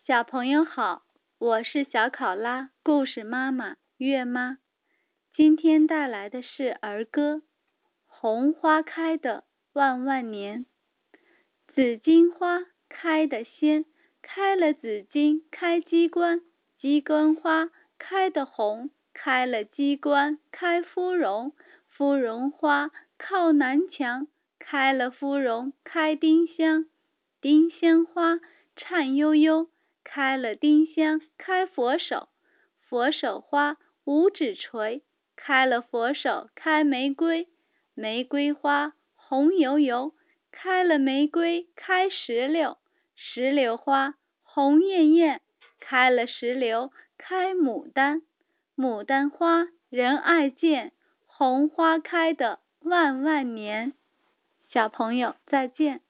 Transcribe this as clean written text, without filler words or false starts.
小朋友好，我是小考拉故事妈妈月妈。今天带来的是儿歌《红花开的万万年》。紫荆花开得鲜，开了紫荆开机关，机关花开得红，开了机关开芙蓉，芙蓉花靠南墙，开了芙蓉开丁香，丁香花颤悠悠，开了丁香开佛手，佛手花五指垂，开了佛手开玫瑰，玫瑰花红油油，开了玫瑰开石榴，石榴花红艳艳，开了石榴开牡丹，牡丹花人爱见，红花开的万万年。小朋友再见。